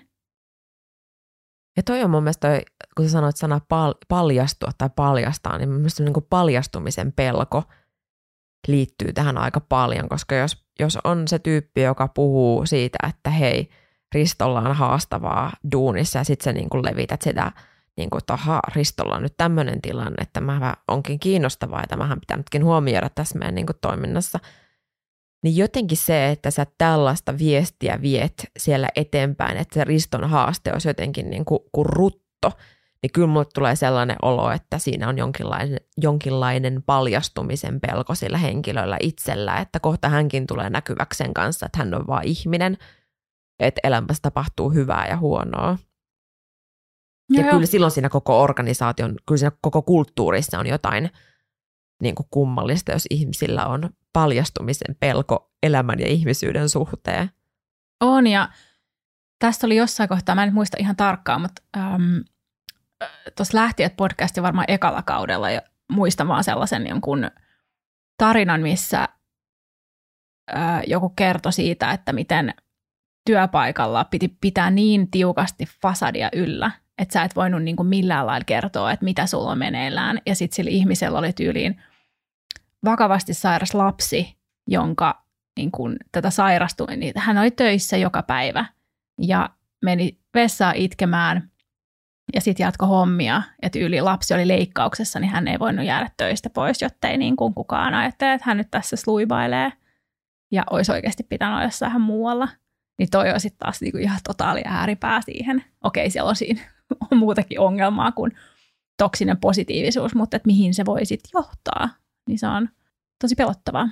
Ja toi on mun mielestä, kun sä sanoit sana paljastua tai paljastaa, niin mun mielestä niin kuin paljastumisen pelko liittyy tähän aika paljon, koska jos on se tyyppi, joka puhuu siitä, että hei, Ristolla on haastavaa duunissa ja sitten sä niin kuin levität sitä, niin kuin, että Ristolla on nyt tämmöinen tilanne, että mä onkin kiinnostavaa ja tämähän pitää nytkin huomioida tässä meidän niin kuin toiminnassa. Niin jotenkin se, että sä tällaista viestiä viet siellä eteenpäin, että se Riston haaste olisi jotenkin niin kuin rutto, niin kyllä mulle tulee sellainen olo, että siinä on jonkinlainen paljastumisen pelko sillä henkilöllä itsellä, että kohta hänkin tulee näkyväksi sen kanssa, että hän on vaan ihminen, että elämässä tapahtuu hyvää ja huonoa. Ja kyllä silloin siinä koko organisaation, kyllä siinä koko kulttuurissa on jotain niin kuin kummallista, jos ihmisillä on paljastumisen pelko elämän ja ihmisyyden suhteen. On, ja tästä oli jossain kohtaa, mä en muista ihan tarkkaan, mutta tuossa Lähtijät podcasti varmaan ekalla kaudella, ja muistan vaan sellaisen jonkun tarinan, missä joku kertoi siitä, että miten työpaikalla piti pitää niin tiukasti fasadia yllä, että sä et voinut niin kuin millään lailla kertoa, että mitä sulla on meneillään. Ja sitten sillä ihmisellä oli tyyliin vakavasti sairas lapsi, jonka niin kuin tätä sairastui. Niin hän oli töissä joka päivä ja meni vessaan itkemään ja sitten jatkoi hommia. Ja tyyli lapsi oli leikkauksessa, niin hän ei voinut jäädä töistä pois, jotta ei niin kuin kukaan ajattele, että hän nyt tässä sluibailee. Ja olisi oikeasti pitänyt olla jossain muualla. Niin toi on sitten taas niinku ihan totaali ääripää siihen. Okei, siellä on muutakin ongelmaa kuin toksinen positiivisuus, mutta että mihin se voi sitten johtaa, niin se on tosi pelottavaa.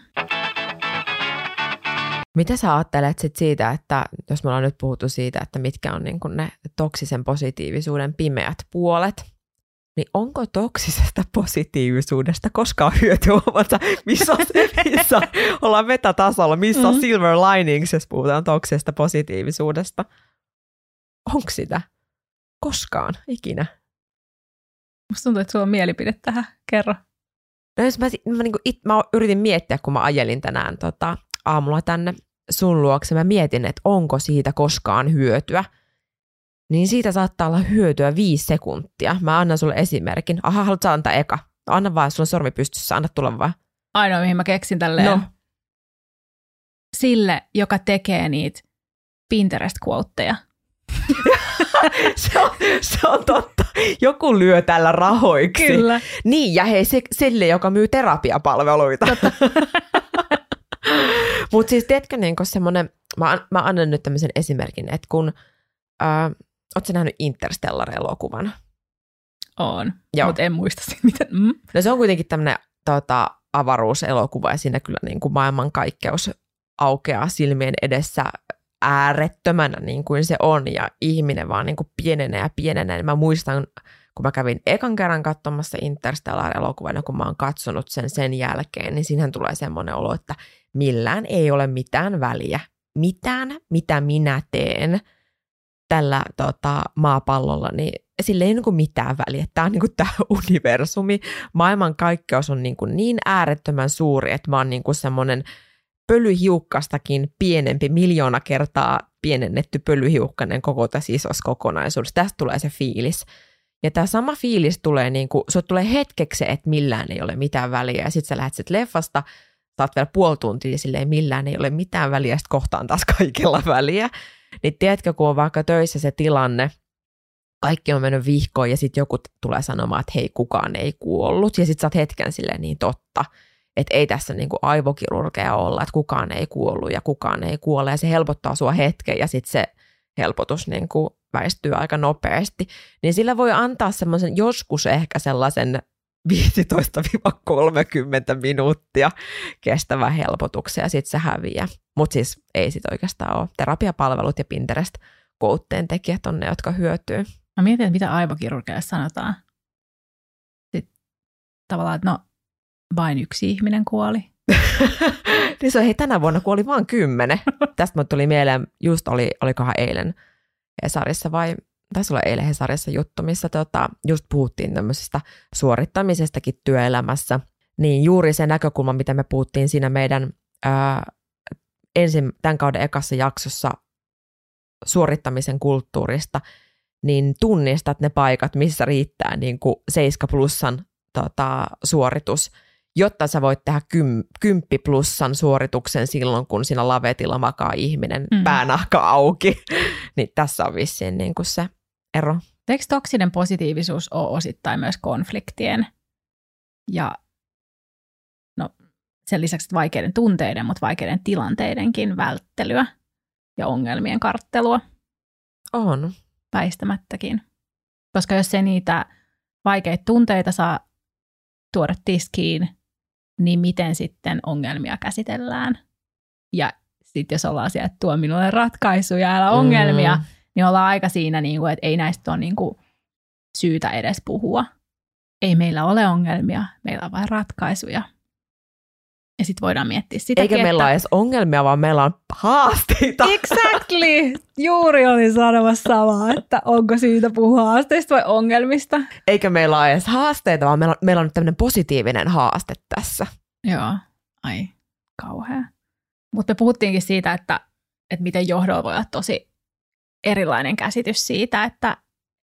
Mitä sä ajattelet sit siitä, että jos me ollaan nyt puhuttu siitä, että mitkä on niin kuin ne toksisen positiivisuuden pimeät puolet, niin onko toksisesta positiivisuudesta koskaan hyötyä huomata, missä ollaan metatasolla, missä on silver linings, jos puhutaan toksisesta positiivisuudesta? Onko sitä? Koskaan, ikinä. Musta tuntuu, että sulla on mielipide tähän. Kerro. No jos mä yritin miettiä, kun mä ajelin tänään aamulla tänne sun luokse, mä mietin, että onko siitä koskaan hyötyä. Niin siitä saattaa olla hyötyä 5 sekuntia. Mä annan sulle esimerkin. Aha, haluatko antaa eka? Anna vaan, sulla on sormi pystyssä, anna tulla vaan. Ainoa, mihin mä keksin tälleen. No. Sille, joka tekee niitä Pinterest-quoteja. se on totta. Joku lyö tällä rahoiksi. Kyllä. Niin, ja hei, sille, joka myy terapiapalveluita. Mutta siis teetkö niinku semmoinen, mä annan nyt tämmöisen esimerkin, että kun, ootko nähnyt Interstellar-elokuvan? Oon, mutta en muista siitä, miten. No se on kuitenkin tämmöinen avaruuselokuva, ja siinä kyllä niinku maailmankaikkeus aukeaa silmien edessä äärettömänä niin kuin se on, ja ihminen vaan niin kuin pienenee ja pienenee. Mä muistan, kun mä kävin ekan kerran katsomassa Interstellar-elokuvan, kun mä oon katsonut sen jälkeen, niin siinähän tulee semmoinen olo, että millään ei ole mitään väliä. Mitään, mitä minä teen tällä maapallolla, niin sillä ei ole mitään väliä. Tämä on niin kuin tämä universumi. Maailmankaikkeus on niin äärettömän suuri, että mä oon niin kuin semmoinen pölyhiukkastakin pienempi, 1,000,000 kertaa pienennetty pölyhiukkanen koko tässä isossa kokonaisuudessa. Tästä tulee se fiilis. Ja tämä sama fiilis tulee, se tulee hetkeksi, että millään ei ole mitään väliä. Ja sitten sä lähdet sit leffasta, saat vielä 0,5 tuntia ja silleen millään ei ole mitään väliä, ja sitten kohtaan taas kaikella väliä. Niin tiedätkö, kun on vaikka töissä se tilanne, kaikki on mennyt vihkoon ja sitten joku tulee sanomaan, että hei, kukaan ei kuollut. Ja sitten sä oot hetken silleen niin totta. Että ei tässä niinku aivokirurgeja olla, että kukaan ei kuollut ja kukaan ei kuole. Ja se helpottaa sua hetken ja sitten se helpotus niinku väistyy aika nopeasti. Niin sillä voi antaa semmoisen joskus ehkä sellaisen 15-30 minuuttia kestävän helpotuksen ja sitten se häviää. Mutta siis ei sit oikeastaan ole. Terapiapalvelut ja Pinterest-koutteen tekijät on ne, jotka hyötyy. Mä mietin, että mitä aivokirurgeille sanotaan. Sitten tavallaan, että no, vain yksi ihminen kuoli. Niin se on, hei, tänä vuonna kuoli vaan 10. Tästä tuli mieleen, just olikohan eilen Hesarissa vai taisi olla eilen Hesarissa juttu, missä just puhuttiin tämmöisestä suorittamisestakin työelämässä. Niin juuri se näkökulma, mitä me puhuttiin siinä meidän tämän kauden ekassa jaksossa suorittamisen kulttuurista, niin tunnistat ne paikat, missä riittää niin kuin 7+ suoritus, jotta sä voit tehdä 10+ suorituksen silloin, kun siinä lavetilla makaa ihminen päänahka auki. Niin tässä on vissiin niin kuin se ero. Eikö toksinen positiivisuus ole osittain myös konfliktien ja no, sen lisäksi vaikeiden tunteiden, mutta vaikeiden tilanteidenkin välttelyä ja ongelmien karttelua? On. Väistämättäkin. Koska jos se niitä vaikeita tunteita saa tuoda tiskiin, niin miten sitten ongelmia käsitellään? Ja sitten jos ollaan siellä, että tuo minulle ratkaisuja, älä ongelmia, niin ollaan aika siinä, että ei näistä ole syytä edes puhua. Ei meillä ole ongelmia, meillä on vain ratkaisuja. Ja sitten voidaan miettiä sitä. Eikä meillä ole edes ongelmia, vaan meillä on haasteita. Exactly! Juuri olin sanomassa samaa, että onko syytä puhua haasteista vai ongelmista. Eikä meillä ole edes haasteita, vaan meillä on tämmöinen positiivinen haaste tässä. Joo, ai kauhea. Mutta me puhuttiinkin siitä, että miten johdolla voi olla tosi erilainen käsitys siitä, että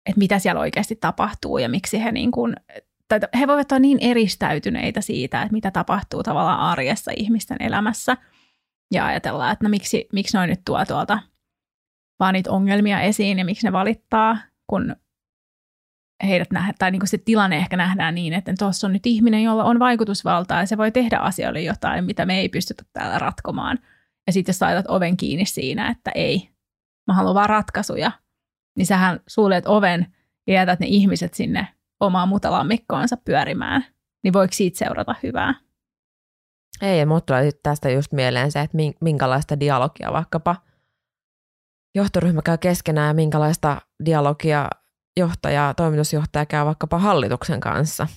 että mitä siellä oikeasti tapahtuu ja miksi he niin kuin, tai he voivat olla niin eristäytyneitä siitä, että mitä tapahtuu tavallaan arjessa ihmisten elämässä. Ja ajatellaan, että no miksi noin nyt tuo tuolta vaan niitä ongelmia esiin ja miksi ne valittaa, kun heidät tai niin kuin se tilanne ehkä nähdään niin, että tuossa on nyt ihminen, jolla on vaikutusvaltaa ja se voi tehdä asioille jotain, mitä me ei pystytä täällä ratkomaan. Ja sitten jos laitat oven kiinni siinä, että ei, mä haluan vaan ratkaisuja, niin sähän suljet oven ja jätät ne ihmiset sinne omaan mutalammikkoonsa pyörimään. Niin voiko siitä seurata hyvää? Ei, ja mut tulee tästä just mieleen se, että minkälaista dialogia vaikkapa johtoryhmä käy keskenään ja minkälaista dialogia toimitusjohtaja käy vaikkapa hallituksen kanssa.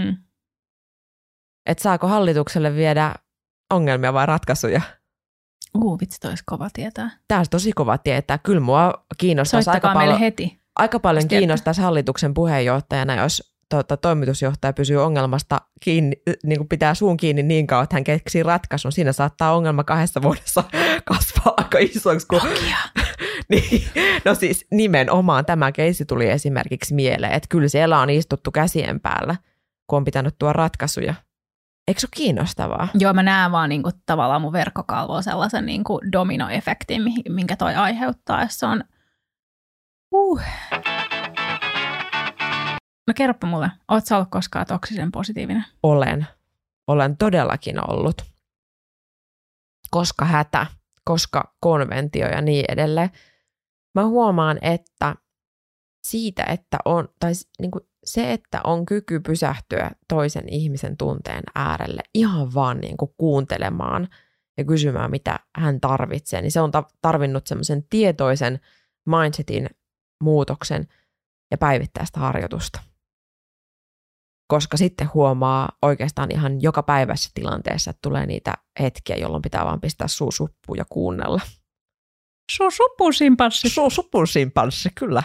Että saako hallitukselle viedä ongelmia vai ratkaisuja? Vitsi, toi olisi kova tietää. Tämä olisi tosi kova tietää. Kyllä mua kiinnostaisi aika paljon kiinnostaisi hallituksen puheenjohtajana, jos toimitusjohtaja pysyy ongelmasta kiinni, niin kuin pitää suun kiinni niin kauan, että hän keksii ratkaisun. Siinä saattaa ongelma 2 vuodessa kasvaa aika isoksi. Niin, no siis nimenomaan tämä keissi tuli esimerkiksi mieleen, että kyllä siellä on istuttu käsien päällä, kun on pitänyt tuoda ratkaisuja. Eikö se ole kiinnostavaa? Joo, mä näen vaan niin kuin, tavallaan mun verkkokalvoa sellaisen niin kuin dominoefektin, minkä toi aiheuttaa, jos se on... No kerropa mulle, oot sä ollut koskaan toksisen positiivinen? Olen todellakin ollut. Koska hätä, koska konventio ja niin edelleen. Mä huomaan, että siitä, että on, tai niin kuin se, että on kyky pysähtyä toisen ihmisen tunteen äärelle ihan vaan niin kuin kuuntelemaan ja kysymään, mitä hän tarvitsee, niin se on tarvinnut semmoisen tietoisen mindsetin muutoksen ja päivittäistä harjoitusta. Koska sitten huomaa oikeastaan ihan joka päivässä tilanteessa, että tulee niitä hetkiä, jolloin pitää vaan pistää suu suppuun ja kuunnella. Suu suppuun simpanssi, kyllä.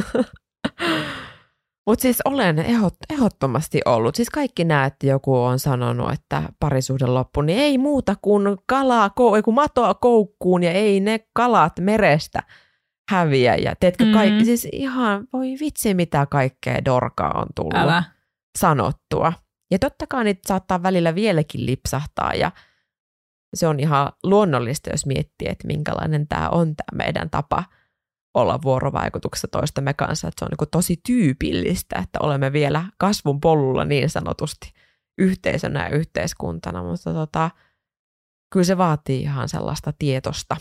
Mutta siis olen ehdottomasti ollut. Siis kaikki näet, että joku on sanonut, että parisuhde loppu, niin ei muuta kuin matoa koukkuun ja ei ne kalat merestä häviä. Ja teetkö kaikki, siis ihan voi vitsi mitä kaikkea dorkaa on tullut sanottua. Ja totta kai niitä saattaa välillä vieläkin lipsahtaa ja se on ihan luonnollista, jos miettii, että minkälainen tämä on tämä meidän tapa olla vuorovaikutuksessa toistemme kanssa. Että se on niin kuin tosi tyypillistä, että olemme vielä kasvun polulla niin sanotusti yhteisönä ja yhteiskuntana, mutta kyllä se vaatii ihan sellaista tietoista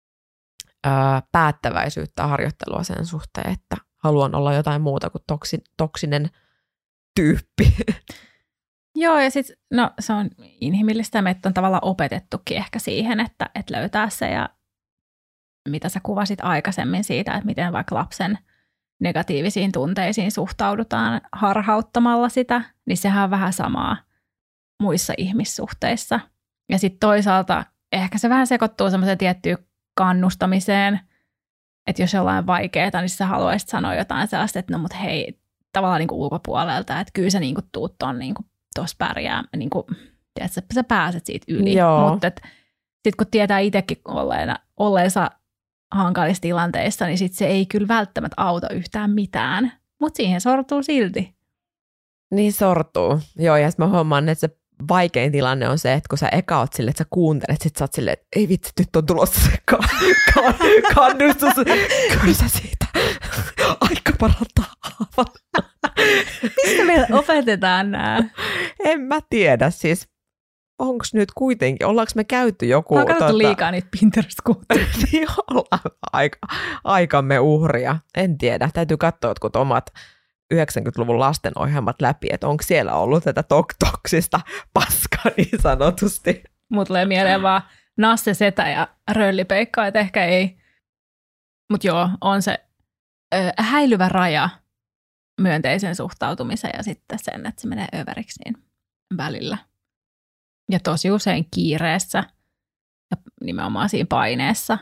päättäväisyyttä harjoittelua sen suhteen, että haluan olla jotain muuta kuin toksinen tyyppi. Joo, ja sitten se on inhimillistä, ja meitä on tavallaan opetettukin ehkä siihen, että löytää se, ja mitä sä kuvasit aikaisemmin siitä, että miten vaikka lapsen negatiivisiin tunteisiin suhtaudutaan harhauttamalla sitä, niin sehän on vähän samaa muissa ihmissuhteissa. Ja sitten toisaalta ehkä se vähän sekoittuu semmoiseen tiettyyn kannustamiseen, että jos jollain vaikeaa, niin sä haluaisit sanoa jotain sellaista, että no mut hei, tavallaan niin kuin ulkopuolelta, että kyllä sä niin kuin tuut ton niin kuin tuossa pärjää, niin kuin, tiedätkö, sä pääset siitä yli. Mutta sitten kun tietää itsekin olleensa hankalissa tilanteissa, niin sit se ei kyllä välttämättä auta yhtään mitään. Mutta siihen sortuu silti. Niin sortuu. Joo, ja sitten mä huomaan, että se vaikein tilanne on se, että kun sä eka oot silleen, että sä kuuntelet, sit sä oot silleen, että ei vitsi, nyt on tulossa se kannustus. Kyllä sä siitä aika parantaa haavat. Mistä me opetetaan nämä? En mä tiedä, siis onko nyt kuitenkin, ollaanko me käyty joku... Mä katsottu liikaa niitä Pinterest-kuutteja. Niin ollaan aikamme uhria. En tiedä, täytyy katsoa jotkut omat 90-luvun lastenohjelmat läpi, että onko siellä ollut tätä toksista paskaa niin sanotusti. Mut tulee mieleen vaan Nasse Setä ja Röllipeikka, että ehkä ei. Mutta joo, on se häilyvä raja myönteisen suhtautumisen ja sitten sen, että se menee överiksi niin välillä. Ja tosi usein kiireessä ja nimenomaan siinä paineessa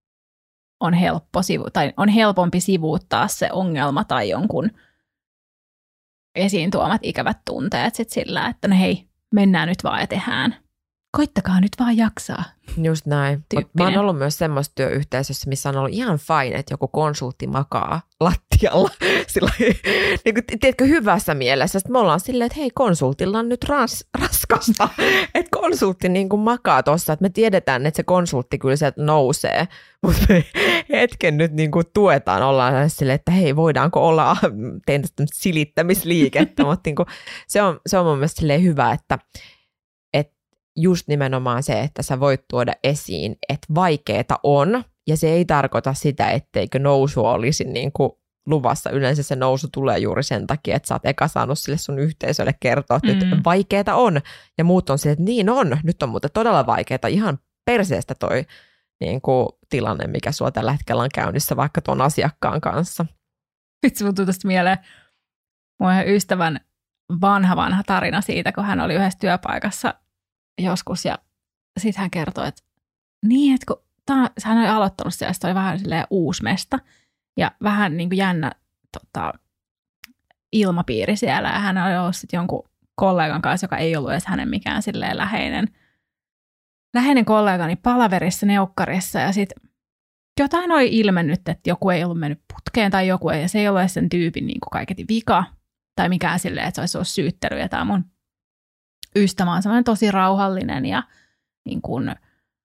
on helpompi sivuuttaa se ongelma tai jonkun esiin tuomat ikävät tunteet sit sillä, että no hei, mennään nyt vaan ja tehdään. koittakaa nyt vaan jaksaa. Just näin. Mä oon ollut myös semmoisessa työyhteisössä, missä on ollut ihan fine, että joku konsultti makaa lattialla. Sillä, niin kuin, tiedätkö, hyvässä mielessä. Sitten me ollaan silleen, että hei, konsultilla on nyt raskasta. Että konsultti niin kuin makaa tuossa, että me tiedetään, että se konsultti kyllä sieltä nousee. Mutta me hetken nyt niin kuin tuetaan, ollaan silleen, että hei, voidaanko olla, tein tästä silittämisliikettä. Mutta niin kuin, se on mun mielestä silleen hyvä, että just nimenomaan se, että sä voit tuoda esiin, että vaikeeta on, ja se ei tarkoita sitä, etteikö nousu olisi niin kuin luvassa. Yleensä se nousu tulee juuri sen takia, että sä oot eka saanut sille sun yhteisölle kertoa, että nyt vaikeeta on, ja muut on sille, että niin on, nyt on muuten todella vaikeeta, ihan perseestä toi niin kuin tilanne, mikä sulla tällä hetkellä on käynnissä vaikka ton asiakkaan kanssa. Vitsi, mun tuli tästä mieleen mun ystävän vanha tarina siitä, kun hän oli yhdessä työpaikassa joskus, ja sitten hän kertoi, että niin, että kun hän oli aloittanut siellä, oli vähän silleen uusi mesta, ja vähän niin kuin jännä ilmapiiri siellä, ja hän oli ollut sitten jonkun kollegan kanssa, joka ei ollut edes hänen mikään silleen läheinen kollegani palaverissa, neukkarissa, ja sitten jotain oli ilmennyt, että joku ei ollut mennyt putkeen tai joku ei, ja se ei ole sen tyypin niin kuin kaiketi vika, tai mikään silleen, että se olisi ollut syyttely, ja tämä mun ystävä on sellainen tosi rauhallinen ja niin kuin,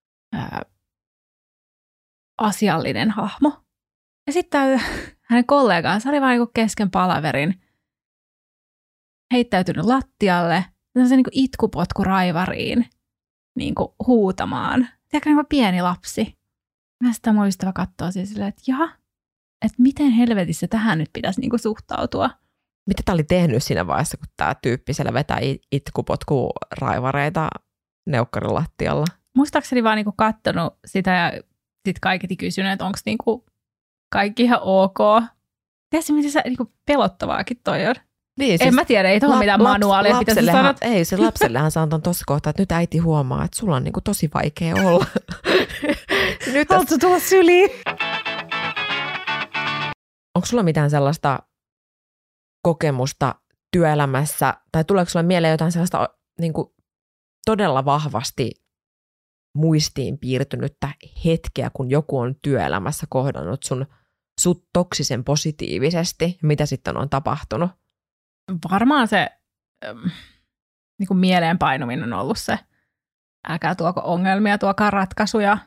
asiallinen hahmo. Ja sitten hänen kollegansa oli vain niin kesken palaverin heittäytynyt lattialle, se niin itkupotku raivariin niin kuin huutamaan. Tiedätkö, niin kuin pieni lapsi. Ja sitten mun ystävä katsoo siis silleen, että jaha, että miten helvetissä tähän nyt pitäisi niin kuin suhtautua. Mitä tämä oli tehnyt siinä vaiheessa, kun tämä tyyppi siellä vetää itkupotkuraivareita neukkarin lattialla? Muistaakseni vaan niinku katsonut sitä ja sitten kaiketi kysynyt, että onko niinku kaikki ihan ok. Tiedätkö, miten se niinku pelottavaakin toi on? Niin, en mä tiedä, ei tuohon mitään manuaalia pitäisi sanoa. Ei, se lapsellehan sanotaan tuossa kohtaa, että nyt äiti huomaa, että sulla on niinku tosi vaikea olla. Haluatko tulla syliin? Onko sulla mitään sellaista kokemusta työelämässä, tai tuleeko sulle mieleen jotain sellaista niin kuin todella vahvasti muistiin piirtynyttä hetkeä, kun joku on työelämässä kohdannut sut toksisen positiivisesti, mitä sitten on tapahtunut? Varmaan se niin kuin mieleenpainuminen on ollut se, älkää tuoko ongelmia, tuokaa ratkaisuja,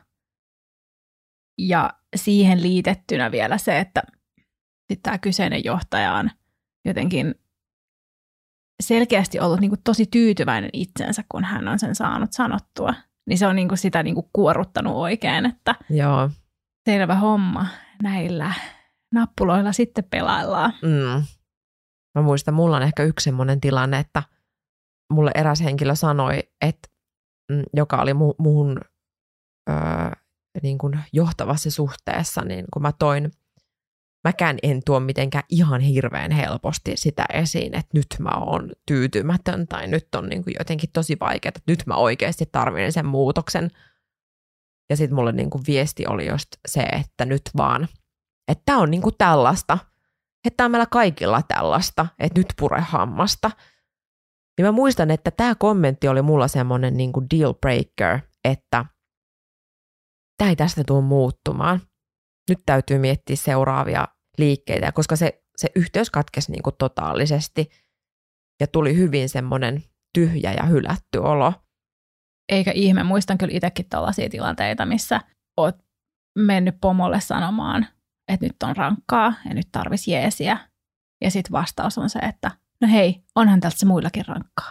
ja siihen liitettynä vielä se, että sitten tämä kyseinen johtaja on jotenkin selkeästi ollut niin kuin tosi tyytyväinen itsensä, kun hän on sen saanut sanottua. Niin se on niin kuin sitä niin kuin kuorruttanut oikein, että joo, selvä homma, näillä nappuloilla sitten pelaillaan. Mä muistan, mulla on ehkä yksi semmoinen tilanne, että mulle eräs henkilö sanoi, että joka oli muhun niin kuin johtavassa suhteessa, niin kun mäkään en tuo mitenkään ihan hirveän helposti sitä esiin, että nyt mä oon tyytymätön tai nyt on niin kuin jotenkin tosi vaikeaa, että nyt mä oikeasti tarvitsen sen muutoksen. Ja sitten mulle niin kuin viesti oli just se, että nyt vaan, että tää on niin kuin tällaista, että tää on meillä kaikilla tällaista, että nyt pure hammasta. Niin mä muistan, että tämä kommentti oli mulla semmoinen niin kuin deal breaker, että tää ei tästä tule muuttumaan. Nyt täytyy miettiä seuraavia liikkeitä, koska se yhteys katkesi niin kuin totaalisesti ja tuli hyvin semmoinen tyhjä ja hylätty olo. Eikä ihme, muistan kyllä itsekin tällaisia tilanteita, missä oot mennyt pomolle sanomaan, että nyt on rankkaa ja nyt tarvisi jeesiä. Ja sitten vastaus on se, että no hei, onhan tältä se muillakin rankkaa.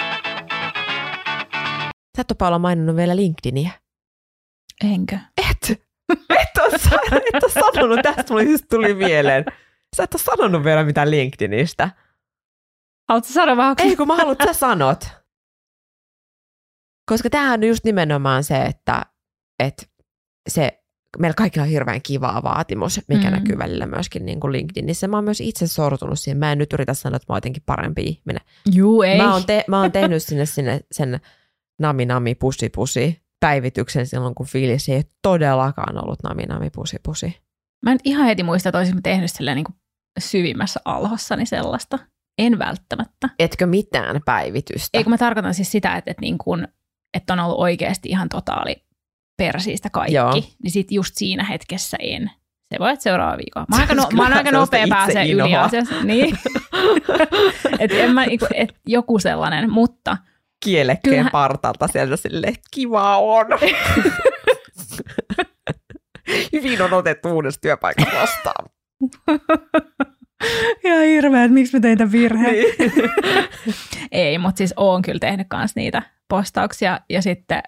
Sä et ole Paula maininnut vielä LinkedIniä. Enkö? Et ole sanonut, tästä tuli mieleen. Sä et ole sanonut vielä mitään LinkedInistä. Haluatko sanoa vähän? Ei, kun mä haluan, että sä sanot. Koska tämähän on just nimenomaan se, että se, meillä kaikilla on hirveän kivaa vaatimus, mikä näkyy välillä myöskin niin kuin LinkedInissä. Mä oon myös itse sortunut siihen. Mä en nyt yritä sanoa, että mä oon jotenkin parempi ihminen. Juu, ei. Mä oon tehnyt sinne sen nami pusi päivityksen silloin, kun fiilis ei todellakaan ollut nami pusi. Mä en ihan heti muista, että olisin tehnyt silleen niin kuin syvimmässä alhossani sellaista. En välttämättä. Etkö mitään päivitystä? Ei, kun mä tarkoitan siis sitä, että niin kuin että on ollut oikeasti ihan totaali persiistä kaikki, Joo. niin sit just siinä hetkessä en. Se voi, että seuraava viikolla. Mä oon aika nopea pääsee yli asiassa. Niin. Et joku sellainen, mutta... Kielekkeen partalta sieltä silleen, että kiva on. Hyvin on otettu uudesta työpaikasta vastaan. Ihan hirveä, että miksi mä tein tämän virheen. Niin. Ei, mutta siis oon kyllä tehnyt myös niitä postauksia. Ja sitten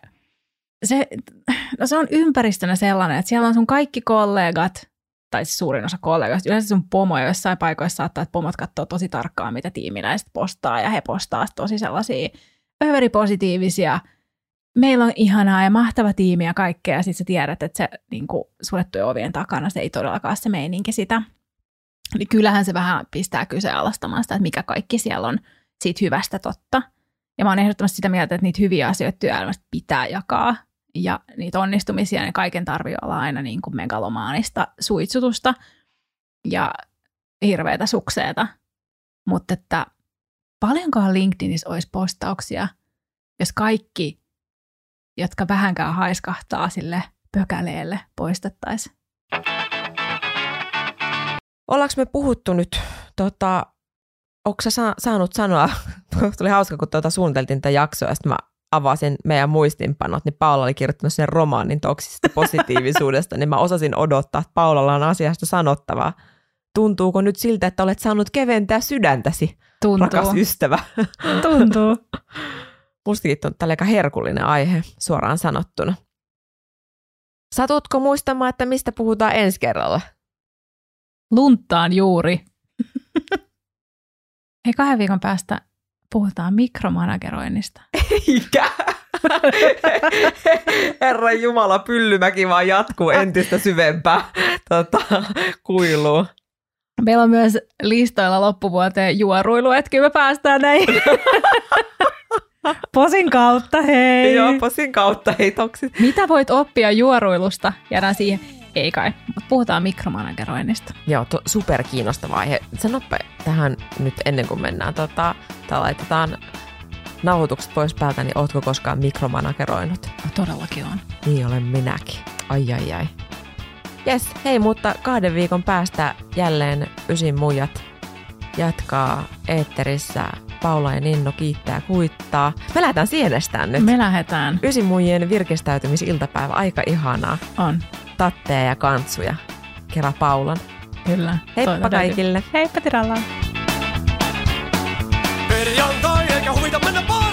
se on ympäristönä sellainen, että siellä on sun kaikki kollegat, tai siis suurin osa kollegoista, yleensä sun pomo jossain paikoissa saattaa, että pomot katsoo tosi tarkkaan, mitä tiimiläiset postaa, ja he postaa tosi sellaisia överipositiivisia. Meillä on ihanaa ja mahtava tiimi ja kaikkea, ja sitten sä tiedät, että se niin kuin suljettujen ovien takana se ei todellakaan se meininki sitä. Niin kyllähän se vähän pistää kyseenalaistamaan sitä, että mikä kaikki siellä on siitä hyvästä totta. Ja mä oon ehdottomasti sitä mieltä, että niitä hyviä asioita työelämästä pitää jakaa. Ja niitä onnistumisia, niin kaiken tarvii olla aina niin kuin megalomaanista suitsutusta ja hirveätä sukseeta. Mutta että paljonkohan LinkedInissä olisi postauksia, jos kaikki, jotka vähänkään haiskahtaa sille pökäleelle, poistettaisiin. Ollaanko me puhuttu nyt, onko sä saanut sanoa, tuli hauska, kun suunniteltiin tätä jaksoa, ja sitten mä avasin meidän muistinpanot, niin Paula oli kirjoittanut sen romaanin toksisesta positiivisuudesta, niin mä osasin odottaa, että Paulalla on asiasta sanottavaa. Tuntuuko nyt siltä, että olet saanut keventää sydäntäsi, rakas ystävä? Tuntuu. Mustakin on tällä aika herkullinen aihe, suoraan sanottuna. Satutko muistamaan, että mistä puhutaan ensi kerralla? Lunttaan juuri. Hei, 2 viikon päästä puhutaan mikromanageroinnista. Eikä. Herran Jumala, Pyllymäki vaan jatkuu entistä syvempää kuilua. Meillä on myös listoilla loppuvuoteen juoruilu, että kyllä me päästään näin. Posin kautta, hei. Joo, posin kautta, hei toksit. Mitä voit oppia juoruilusta? Jäädään siihen. Ei kai, mutta puhutaan mikromanageroinnista. Joo, super kiinnostava aihe. Sanoppa tähän nyt ennen kuin mennään, laitetaan nauhoitukset pois päältä, niin ootko koskaan mikromanageroinut? Todellakin on. Niin olen minäkin. Ai. Jes, hei, mutta 2 viikon päästä jälleen Ysin muijat jatkaa eetterissä. Paula ja Ninno kiittää kuittaa. Me lähdetään sienestään nyt. Me lähdetään. Ysin muijien virkistäytymisiltapäivä, aika ihanaa. On. Tatteja ja kantsuja. Kerran Paulan. Kyllä. Heippa kaikille. Heippa tiralla. Perjantai eikä huvita mennä vaan.